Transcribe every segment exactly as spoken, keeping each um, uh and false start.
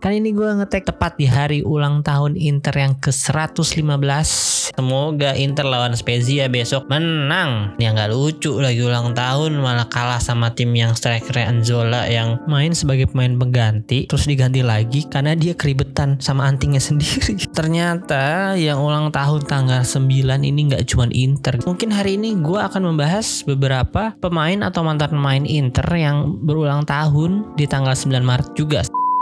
Kali ini gue ngetek tepat di hari ulang tahun Inter yang ke seratus lima belas. Semoga Inter lawan Spezia besok menang. Ya nggak lucu lagi ulang tahun malah kalah sama tim yang striker Anzola yang main sebagai pemain pengganti terus diganti lagi karena dia keribetan sama antingnya sendiri. Ternyata yang ulang tahun tanggal sembilan ini nggak cuma Inter. Mungkin hari ini gue akan membahas beberapa pemain atau mantan pemain Inter yang berulang tahun di tanggal sembilan Maret juga.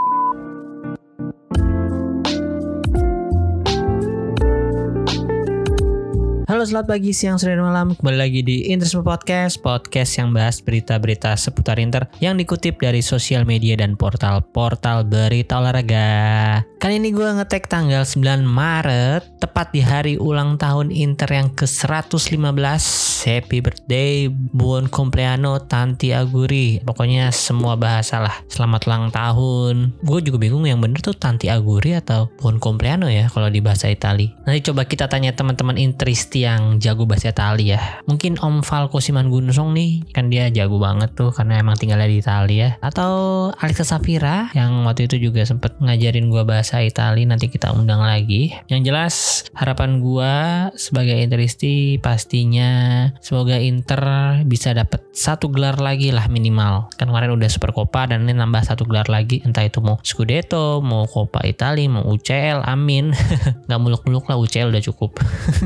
Halo, selamat pagi, siang, sore, dan malam. Kembali lagi di Interisme Podcast, podcast yang bahas berita-berita seputar Inter yang dikutip dari sosial media dan portal-portal berita olahraga. Kali ini gue ngetek tanggal sembilan Maret, tepat di hari ulang tahun Inter yang ke seratus lima belas. Happy birthday, buon compleanno, tanti auguri. Pokoknya semua bahasa lah. Selamat ulang tahun. Gue juga bingung yang bener tuh tanti auguri atau buon compleanno ya kalau di bahasa Itali. Nanti coba kita tanya teman-teman Interisti yang jago bahasa Itali ya. Mungkin Om Falco Simangunsong nih, kan dia jago banget tuh karena emang tinggalnya di Italia. Atau Alexa Safira yang waktu itu juga sempet ngajarin gue bahasa Itali, nanti kita undang lagi. Yang jelas harapan gue sebagai Interisti pastinya semoga Inter bisa dapat satu gelar lagi lah minimal. Kan kemarin udah Supercoppa dan ini nambah satu gelar lagi, entah itu mau Scudetto, mau Coppa Italia, mau U C L, amin. Gak muluk-muluk lah, U C L udah cukup.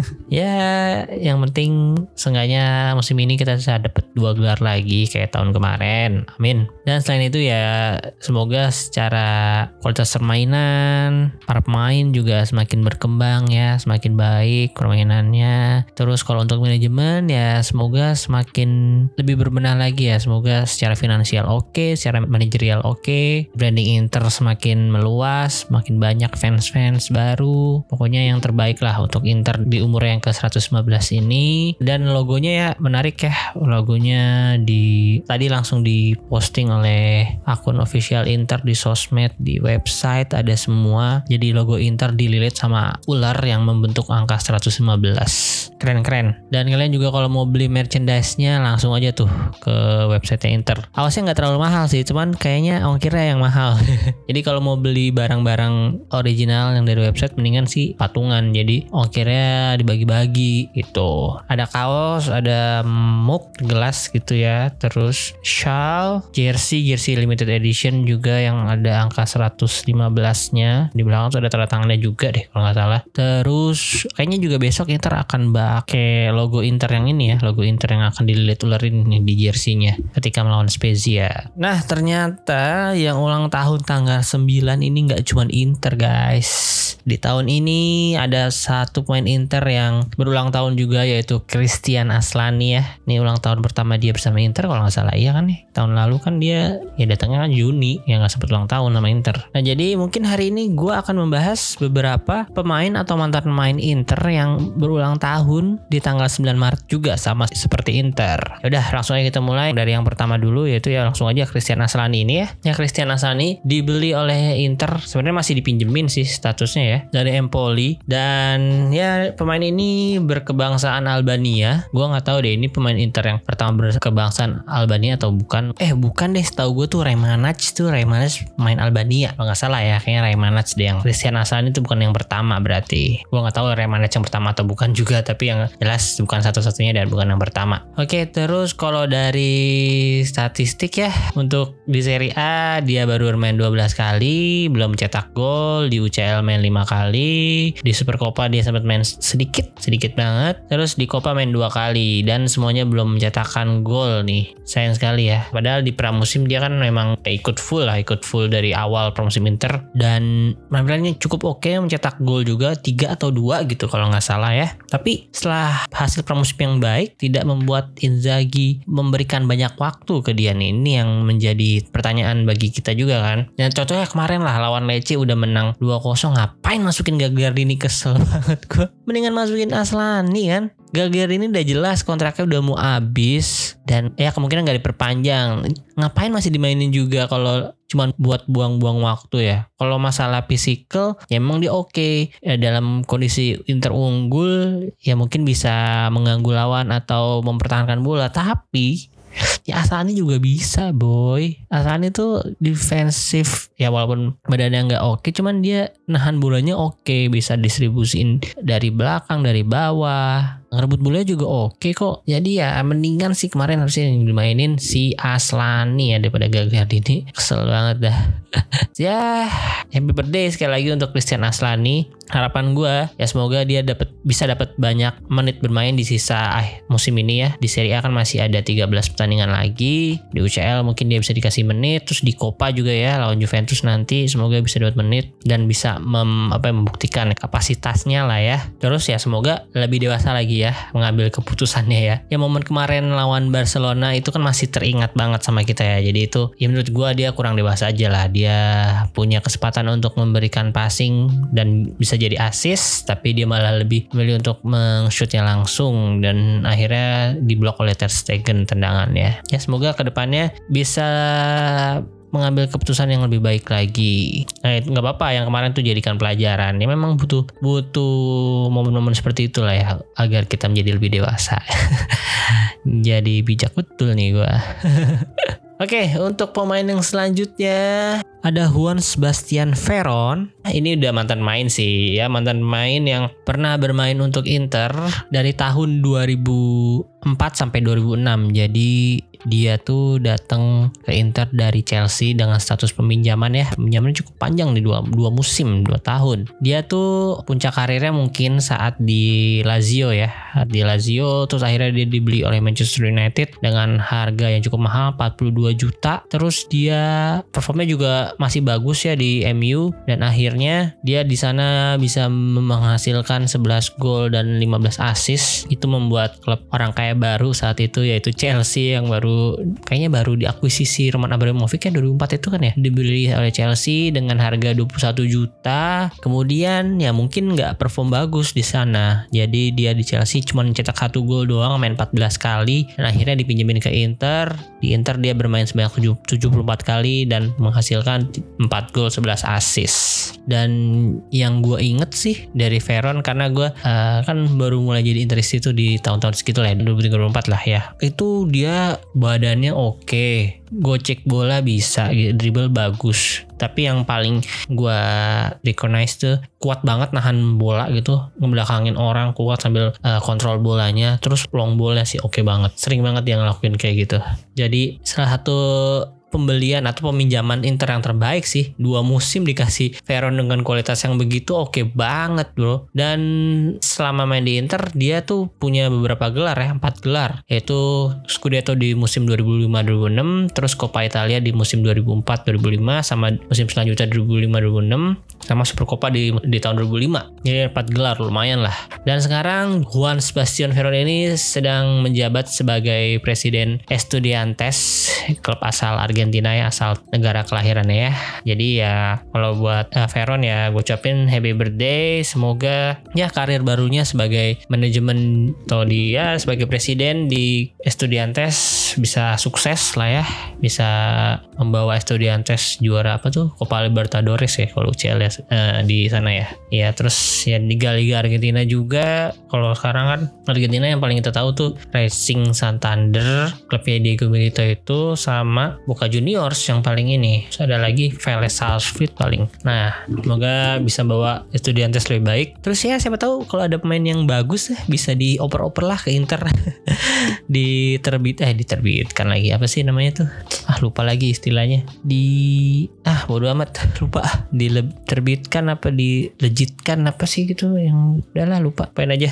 Ya yang penting seenggaknya musim ini kita bisa dapat dua gelar lagi kayak tahun kemarin, amin. Dan selain itu ya semoga secara kualitas permainan para pemain juga semakin berkembang ya, semakin baik permainannya. Terus kalau untuk manajemen ya semoga semakin lebih berbenah lagi ya, semoga secara finansial oke, secara manajerial oke, branding Inter semakin meluas, semakin banyak fans-fans baru. Pokoknya yang terbaik lah untuk Inter di umur yang ke seratus lima belas ini. Dan logonya ya menarik ya, logonya di tadi langsung diposting oleh akun official Inter di sosmed, di website ada semua. Jadi logo Inter dililit sama ular yang membentuk angka seratus lima belas. Keren-keren. Dan kalian juga kalau mau beli merchandise-nya langsung aja tuh ke website Inter. Awasnya nggak terlalu mahal sih, cuman kayaknya ongkirnya yang mahal. Jadi kalau mau beli barang-barang original yang dari website mendingan sih patungan. Jadi ongkirnya dibagi-bagi gitu. Ada kaos, ada mug, gelas gitu ya. Terus shawl, jersey, jersey limited edition juga yang ada angka seratus lima belas-nya. Di belakang tuh ada tanda tangannya juga deh kalau nggak salah. Terus kayaknya juga besok Inter akan pakai logo Inter yang ini ya, logo Inter yang akan dililit ulerin nih di jersey-nya ketika melawan Spezia. Nah ternyata yang ulang tahun tanggal sembilan ini nggak cuma Inter guys. Di tahun ini ada satu pemain Inter yang berulang tahun juga, yaitu Christian Aslani ya. Ini ulang tahun pertama dia bersama Inter kalau nggak salah, iya kan nih. Tahun lalu kan dia ya datangnya Juni, ya nggak sempat ulang tahun sama Inter. Nah jadi mungkin hari ini gue akan membahas beberapa pemain atau mantan pemain Inter yang berulang tahun di tanggal sembilan Maret juga sama seperti Inter. Yaudah langsung aja kita mulai dari yang pertama dulu, yaitu ya langsung aja Christian Aslani ini ya. Ya Christian Aslani dibeli oleh Inter, sebenarnya masih dipinjemin sih statusnya ya, dari Empoli. Dan ya pemain ini berkebangsaan Albania. Gua nggak tahu deh ini pemain Inter yang pertama berkebangsaan Albania atau bukan. Eh bukan deh, setahu gue tuh Remanach tuh Remanach pemain Albania kalau nggak salah ya, kayaknya Remanach deh. Yang Christian Aslani itu bukan yang pertama berarti. Gua nggak tahu Remanach yang pertama atau bukan juga, tapi yang jelas bukan satu-satunya dan bukan yang pertama. Oke, terus kalau dari statistik ya, untuk di Serie A dia baru bermain dua belas kali, belum cetak gol. Di U C L main lima kali, di Supercoppa dia sempat main sedikit, sedikit banget. Terus di Coppa main dua kali dan semuanya belum mencetakkan gol nih. Sayang sekali ya. Padahal di pramusim dia kan memang ikut full lah, ikut full dari awal pramusim Inter dan penampilannya cukup oke, mencetak gol juga tiga atau dua gitu kalau nggak salah ya. Tapi setelah hasil pramusim yang baik tidak membuat Inzaghi memberikan banyak waktu ke dia nih. Ini yang menjadi pertanyaan bagi kita juga kan. Dan contohnya kemarin lah lawan Lecce udah menang dua kosong, ngapain masukin Gagliardini, kesel banget gue. Mendingan masukin Aslani kan. Gagliardini udah jelas kontraknya udah mau habis dan ya kemungkinan gak diperpanjang. Ngapain masih dimainin juga kalau cuma buat buang-buang waktu ya. Kalau masalah fisikal ya emang dia oke okay. Ya, dalam kondisi Inter unggul ya mungkin bisa mengganggu lawan atau mempertahankan bola. Tapi ya Aslani juga bisa boy. Aslani tuh defensif ya, walaupun badannya nggak oke, cuman dia nahan bolanya oke, bisa distribusiin dari belakang, dari bawah, ngerebut bola juga oke kok. Jadi ya mendingan sih kemarin harusnya yang dimainin si Aslani ya daripada Gagliardini. Kesel banget dah. Ya happy birthday sekali lagi untuk Christian Aslani. Harapan gue ya semoga dia dapat bisa dapat banyak menit bermain di sisa ah, musim ini ya. Di Serie A kan masih ada tiga belas pertandingan lagi. Di U C L mungkin dia bisa dikasih menit. Terus di Copa juga ya lawan Juventus nanti semoga bisa dapat menit dan bisa mem, apa, membuktikan kapasitasnya lah ya. Terus ya semoga lebih dewasa lagi ya mengambil keputusannya ya. Ya momen kemarin lawan Barcelona itu kan masih teringat banget sama kita ya. Jadi itu ya menurut gue dia kurang dewasa aja lah. Dia punya kesempatan untuk memberikan passing dan bisa jadi assist, tapi dia malah lebih memilih untuk meng-shootnya langsung dan akhirnya diblok oleh Ter Stegen tendangannya. Ya semoga kedepannya bisa mengambil keputusan yang lebih baik lagi. Nah itu nggak apa-apa yang kemarin tuh jadikan pelajaran. Ya memang butuh butuh momen-momen seperti itulah ya agar kita menjadi lebih dewasa. Jadi bijak betul nih gua. Oke, untuk pemain yang selanjutnya ada Juan Sebastian Veron. Ini udah mantan main sih ya, mantan main yang pernah bermain untuk Inter dari tahun dua ribu empat sampai dua ribu enam. Jadi dia tuh datang ke Inter dari Chelsea dengan status peminjaman ya. Peminjaman cukup panjang nih, dua, dua musim, dua tahun. Dia tuh puncak karirnya mungkin saat di Lazio ya. Di Lazio terus akhirnya dia dibeli oleh Manchester United dengan harga yang cukup mahal, empat puluh dua juta. Terus dia performnya juga masih bagus ya di M U dan akhirnya dia di sana bisa menghasilkan sebelas gol dan lima belas assist. Itu membuat klub orang kaya baru saat itu yaitu Chelsea yang baru kayaknya baru diakuisisi Roman Abramovich ya dua ribu empat itu kan ya, dibeli oleh Chelsea dengan harga dua puluh satu juta. Kemudian ya mungkin nggak perform bagus di sana. Jadi dia di Chelsea cuma mencetak satu gol doang, main empat belas kali dan akhirnya dipinjemin ke Inter. Di Inter dia bermain sebanyak tujuh puluh empat kali dan menghasilkan empat gol sebelas assist. Dan yang gue inget sih dari Veron karena gue uh, kan baru mulai jadi Interis itu di tahun-tahun segitu lah ya, dua ribu tiga dua ribu empat lah ya. Itu dia badannya oke, gocek bola bisa, dribble bagus. Tapi yang paling gue recognize tuh kuat banget nahan bola gitu, ngebelakangin orang kuat sambil uh, kontrol bolanya. Terus long ballnya sih oke banget, sering banget dia ngelakuin kayak gitu. Jadi salah satu pembelian atau peminjaman Inter yang terbaik sih. Dua musim dikasih Veron dengan kualitas yang begitu oke banget bro. Dan selama main di Inter dia tuh punya beberapa gelar ya, empat gelar, yaitu Scudetto di musim dua ribu lima dua ribu enam, terus Coppa Italia di musim dua ribu empat dua ribu lima, sama musim selanjutnya dua ribu lima dua ribu enam, sama Supercoppa di di tahun dua ribu lima. Jadi empat gelar lumayan lah. Dan sekarang Juan Sebastian Veron ini sedang menjabat sebagai presiden Estudiantes, klub asal Argentina ya, asal negara kelahirannya ya. Jadi ya kalau buat uh, Veron ya gue ucapin happy birthday. Semoga ya karir barunya sebagai manajemen atau dia sebagai presiden di Estudiantes bisa sukses lah ya. Bisa membawa Estudiantes juara apa tuh, Copa Libertadores ya kalau U C L ya, uh, di sana ya. Ya terus ya di Liga Argentina juga. Kalau sekarang kan Argentina yang paling kita tahu tuh Racing Santander, klubnya Diego Milito itu, sama Boca Juniors yang paling ini. Terus ada lagi Vélez Sarsfield paling. Nah, semoga bisa bawa Estudiantes lebih baik. Terus ya siapa tahu kalau ada pemain yang bagus eh, bisa dioper-oper lah ke Inter. Diterbit eh diterbitkan lagi apa sih namanya tuh? Ah lupa lagi istilahnya. Di ah bodo amat lupa. Diterbitkan apa dilejitkan apa sih gitu yang udahlah lupa. Pain aja.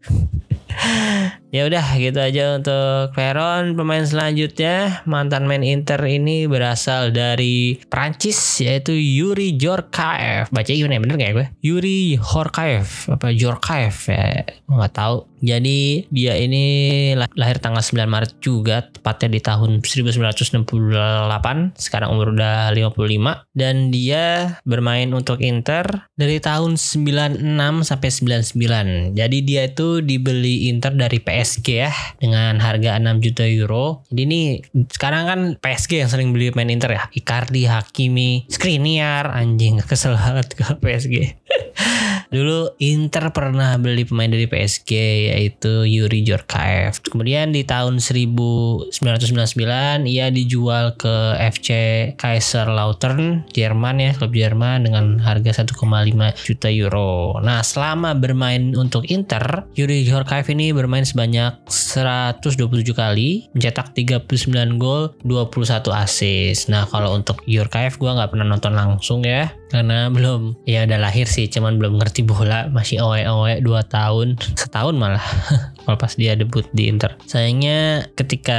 Ya udah gitu aja untuk Veron. Pemain selanjutnya mantan main Inter ini berasal dari Prancis yaitu Yuri Djorkaeff. Baca gimana ya, bener gak ya gue? Yuri Djorkaeff apa Djorkaeff ya, nggak tahu. Jadi dia ini lahir tanggal sembilan Maret juga, tepatnya di tahun seribu sembilan ratus enam puluh delapan. Sekarang umur udah lima puluh lima dan dia bermain untuk Inter dari tahun sembilan puluh enam sampai sembilan puluh sembilan. Jadi dia itu dibeli Inter dari P S G ya dengan harga enam juta euro. Jadi ini sekarang kan P S G yang sering beli main Inter ya. Icardi, Hakimi, Skriniar, anjing kesel banget ke P S G. Dulu Inter pernah beli pemain dari P S G yaitu Yuri Djorkaeff. Kemudian di tahun seribu sembilan ratus sembilan puluh sembilan ia dijual ke F C Kaiserslautern Jerman ya, klub Jerman dengan harga satu koma lima juta euro. Nah, selama bermain untuk Inter, Yuri Djorkaeff ini bermain sebanyak seratus dua puluh tujuh kali, mencetak tiga puluh sembilan gol, dua puluh satu assist. Nah, kalau untuk Djorkaeff gue nggak pernah nonton langsung ya, karena belum, ya udah lahir sih, cuman belum ngerti bola, masih owe-owe dua tahun, setahun malah kalau pas dia debut di Inter. Sayangnya ketika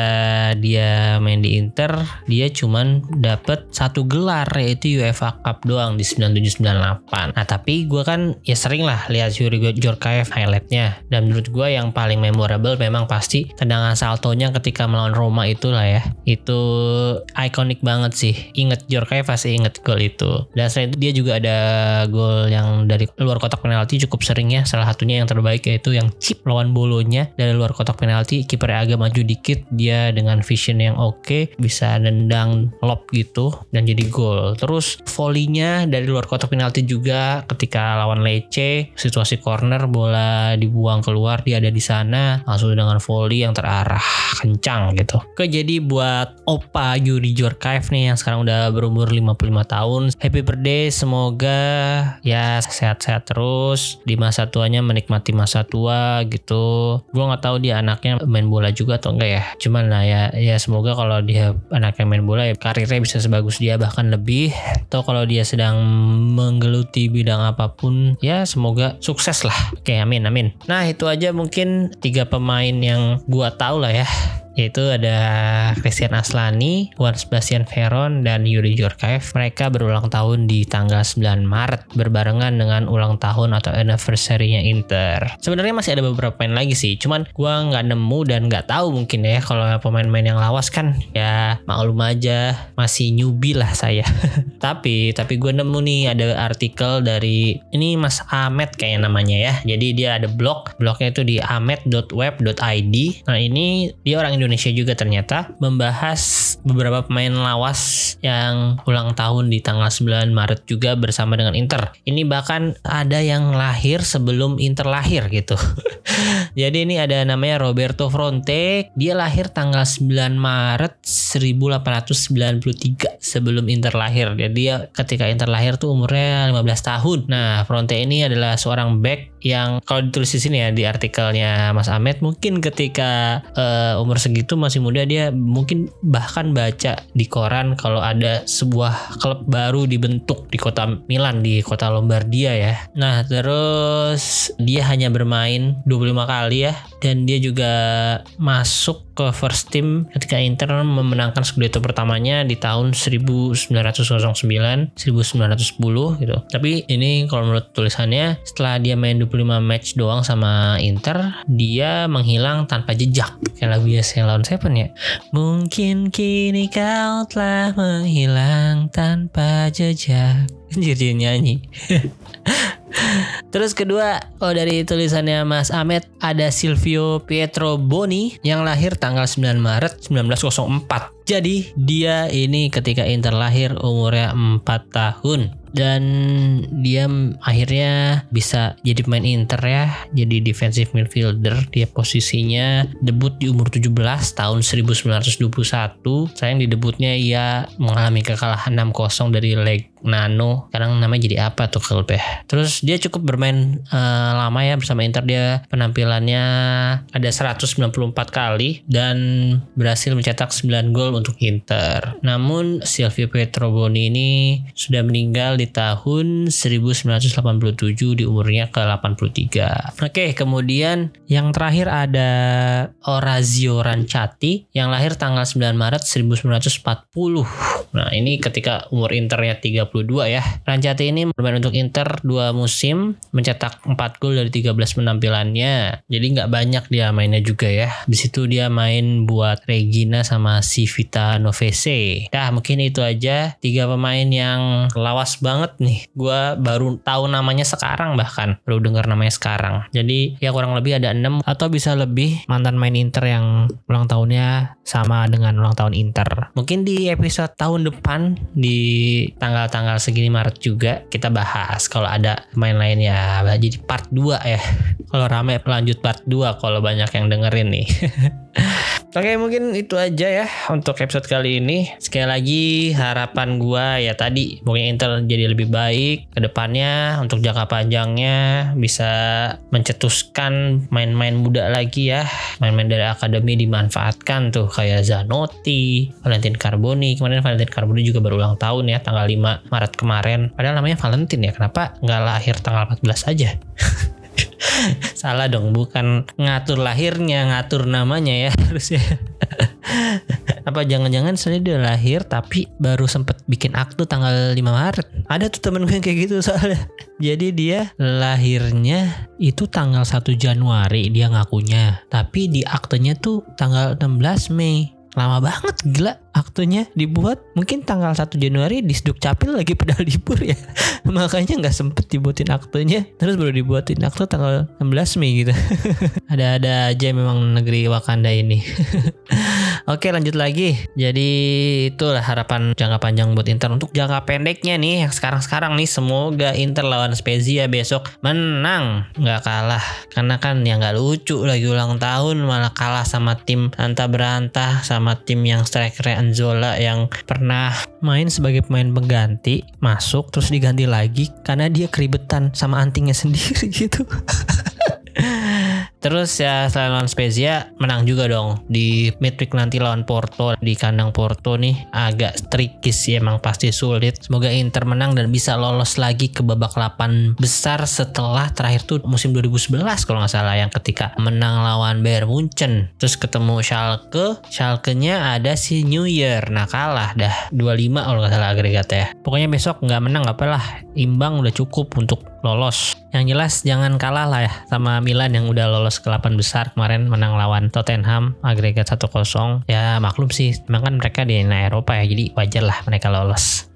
dia main di Inter, dia cuman dapet satu gelar yaitu UEFA Cup doang di sembilan puluh tujuh sembilan puluh delapan. Nah, tapi gue kan ya sering lah lihat Yuri Djorkaeff highlightnya, dan menurut gue yang paling memorable memang pasti tendangan saltonya ketika melawan Roma itulah ya. Itu ikonik banget sih. Ingat Djorkaeff pasti inget gol itu. Dan selain itu dia juga ada gol yang dari luar kotak penalti cukup sering ya. Salah satunya yang terbaik yaitu yang chip lawan Bolonya dari luar kotak penalti. Kipernya agak maju dikit, dia dengan vision yang oke bisa nendang lob gitu dan jadi gol. Terus volley-nya dari luar kotak penalti juga ketika lawan Lecce, situasi corner, bola dibuang keluar, dia ada di sana langsung dengan volley yang terarah kencang gitu. Oke, jadi buat Opa Yuri Djorkaeff nih yang sekarang udah berumur lima puluh lima tahun, happy birthday, semoga ya sehat-sehat terus di masa tuanya, menikmati masa tua gitu. Gue nggak tahu dia anaknya main bola juga atau enggak ya, cuman lah ya ya semoga kalau dia anaknya main bola ya karirnya bisa sebagus dia bahkan lebih, atau kalau dia sedang menggeluti bidang apapun ya semoga sukses lah. Oke, amin amin. Nah, itu aja mungkin tiga pemain yang gua tahu lah ya, yaitu ada Christian Aslani, Juan Sebastian Veron, dan Yuri Djorkaeff. Mereka berulang tahun di tanggal sembilan Maret berbarengan dengan ulang tahun atau anniversary-nya Inter. Sebenarnya masih ada beberapa pemain lagi sih, cuman gua nggak nemu dan nggak tahu mungkin ya, kalau pemain-pemain yang lawas kan ya maklum aja masih newbie lah saya. tapi tapi gue nemu nih ada artikel dari ini Mas Ahmed kayaknya namanya ya. Jadi dia ada blog, blognya itu di ahmed dot web dot i d. Nah, ini dia orang Indonesia juga ternyata, membahas beberapa pemain lawas yang ulang tahun di tanggal sembilan Maret juga bersama dengan Inter. Ini bahkan ada yang lahir sebelum Inter lahir gitu. Jadi ini ada namanya Roberto Fronte, dia lahir tanggal sembilan Maret seribu delapan ratus sembilan puluh tiga sebelum Inter lahir. Jadi dia ketika Inter lahir tuh umurnya lima belas tahun. Nah, Fronte ini adalah seorang back yang kalau ditulis di sini ya di artikelnya Mas Ahmed, mungkin ketika uh, umur segitu masih muda, dia mungkin bahkan baca di koran kalau ada sebuah klub baru dibentuk di kota Milan, di kota Lombardia ya. Nah, terus dia hanya bermain dua puluh lima kali ya, dan dia juga masuk ke first team ketika Inter memenangkan Scudetto pertamanya di tahun seribu sembilan ratus sembilan seribu sembilan ratus sepuluh gitu. Tapi ini kalau menurut tulisannya, setelah dia main dua puluh lima match doang sama Inter, dia menghilang tanpa jejak. Kayak lagu biasa lawan siapa nih ya? Mungkin kini kau telah menghilang tanpa jejak. Jadi nyanyi. Terus kedua, oh dari tulisannya Mas Ahmed, ada Silvio Pietro Boni yang lahir tanggal sembilan Maret seribu sembilan ratus empat. Jadi dia ini ketika Inter lahir umurnya empat tahun. Dan dia akhirnya bisa jadi pemain Inter ya, jadi defensive midfielder. Dia posisinya debut di umur tujuh belas tahun seribu sembilan ratus dua puluh satu. Sayang di debutnya ia mengalami kekalahan enam kosong dari Legnano. Sekarang namanya jadi apa tuh klub ya. Terus dia cukup bermain uh, lama ya bersama Inter. Dia penampilannya ada seratus sembilan puluh empat kali dan berhasil mencetak sembilan gol untuk Inter. Namun Silvio Pietro Boni ini sudah meninggal di tahun seribu sembilan ratus delapan puluh tujuh di umurnya ke delapan puluh tiga. Oke, kemudian yang terakhir ada Orazio Rancati yang lahir tanggal sembilan Maret seribu sembilan ratus empat puluh. Nah, ini ketika umur Internya tiga puluh dua ya. Rancati ini bermain untuk Inter dua musim, mencetak empat gol dari tiga belas penampilannya. Jadi nggak banyak dia mainnya juga ya. Di situ dia main buat Regina sama Civita Novese. Nah, mungkin itu aja tiga pemain yang lawas banget nih. Gua baru tahu namanya sekarang, bahkan baru dengar namanya sekarang. Jadi ya kurang lebih ada enam atau bisa lebih mantan main Inter yang ulang tahunnya sama dengan ulang tahun Inter. Mungkin di episode tahun depan di tanggal-tanggal tanggal segini Maret juga kita bahas. Kalau ada main lain ya jadi part dua ya. Kalau rame lanjut part dua kalau banyak yang dengerin nih. Oke, mungkin itu aja ya untuk episode kali ini. Sekali lagi harapan gua ya tadi pokoknya Inter jadi lebih baik ke depannya, untuk jangka panjangnya bisa mencetuskan main-main muda lagi ya. Main-main dari akademi dimanfaatkan tuh kayak Zanotti, Valentin Carboni. Kemarin Valentin Carboni juga baru ulang tahun ya tanggal lima Maret kemarin. Padahal namanya Valentin ya. Kenapa nggak lahir tanggal empat belas aja? Salah dong, bukan ngatur lahirnya, ngatur namanya ya harusnya. Apa jangan-jangan sebenarnya dia lahir tapi baru sempet bikin akte tanggal lima Maret. Ada tuh temen gue yang kayak gitu soalnya. Jadi dia lahirnya itu tanggal satu Januari dia ngakunya, tapi di aktenya tuh tanggal enam belas Mei. Lama banget, gila aktenya dibuat. Mungkin tanggal satu Januari di Sdukcapil lagi pada libur ya. Makanya gak sempet dibuatin aktenya. Terus baru dibuatin akte tanggal enam belas Mei gitu. Ada-ada aja memang negeri Wakanda ini. Oke, lanjut lagi. Jadi itulah harapan jangka panjang buat Inter. Untuk jangka pendeknya nih, yang sekarang-sekarang nih, semoga Inter lawan Spezia besok menang, gak kalah. Karena kan ya gak lucu lagi ulang tahun malah kalah sama tim antah berantah, sama tim yang striker Anzola yang pernah main sebagai pemain pengganti, masuk terus diganti lagi karena dia keribetan sama antingnya sendiri gitu. Terus ya selain lawan Spezia, menang juga dong di midweek nanti lawan Porto di kandang Porto nih, agak tricky sih, emang pasti sulit. Semoga Inter menang dan bisa lolos lagi ke babak delapan besar setelah terakhir tuh musim dua ribu sebelas kalau nggak salah, yang ketika menang lawan Bayern Munchen, terus ketemu Schalke, Schalke-nya ada si New Year, nah kalah dah dua lima kalau nggak salah agregatnya. Pokoknya besok nggak menang nggak apalah, imbang udah cukup untuk lolos. Yang jelas jangan kalah lah ya sama Milan yang udah lolos ke delapan besar kemarin, menang lawan Tottenham agregat satu kosong. Ya maklum sih, memang kan mereka di Eropa ya, jadi wajar lah mereka lolos.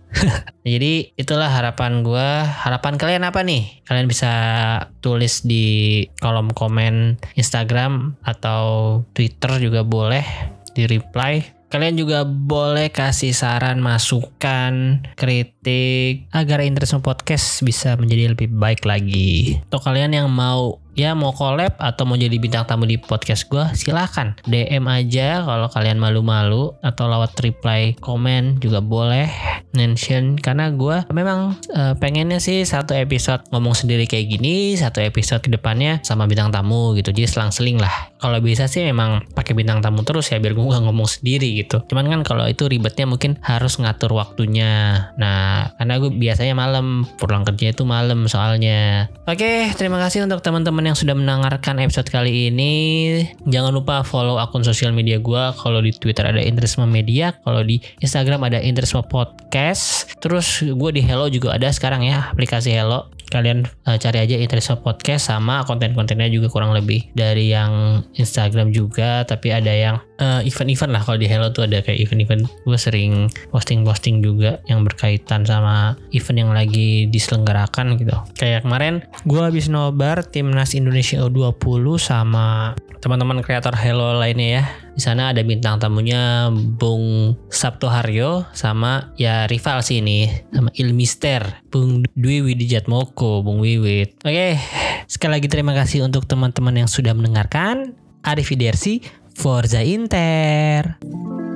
Jadi itulah harapan gue. Harapan kalian apa nih? Kalian bisa tulis di kolom komen Instagram atau Twitter juga boleh, di reply. Kalian juga boleh kasih saran, masukan, kritik agar Interisme Podcast bisa menjadi lebih baik lagi. Untuk kalian yang mau ya mau collab atau mau jadi bintang tamu di podcast gue, silahkan D M aja kalau kalian malu-malu, atau lewat reply komen juga boleh, mention. Karena gue memang uh, pengennya sih satu episode ngomong sendiri kayak gini, satu episode kedepannya sama bintang tamu gitu, jadi selang-seling lah. Kalau bisa sih memang pakai bintang tamu terus ya, biar gue gak ngomong sendiri gitu. Cuman kan kalau itu ribetnya mungkin harus ngatur waktunya. Nah karena gue biasanya malam, pulang kerja itu malam soalnya. Oke, terima kasih untuk teman-teman yang sudah mendengarkan episode kali ini. Jangan lupa follow akun sosial media gue. Kalau di Twitter ada Interisme Media, kalau di Instagram ada Interisme Podcast. Terus gue di Hello juga ada sekarang ya, aplikasi Hello. Kalian uh, cari aja Interisme Podcast, sama konten-kontennya juga kurang lebih dari yang Instagram juga, tapi ada yang uh, event-event lah. Kalau di Hello tuh ada kayak event-event. Gue sering posting-posting juga yang berkaitan sama event yang lagi diselenggarakan gitu. Kayak kemarin gue habis nobar Timnas Indonesia U dua puluh sama teman-teman kreator Hello lainnya ya. Di sana ada bintang tamunya Bung Sabto Haryo, sama ya rival sih ini, sama Ilmister, Bung Dwi Widijatmoko, Bung Wiwit. Oke, sekali lagi terima kasih untuk teman-teman yang sudah mendengarkan. Arrivederci, Forza Inter.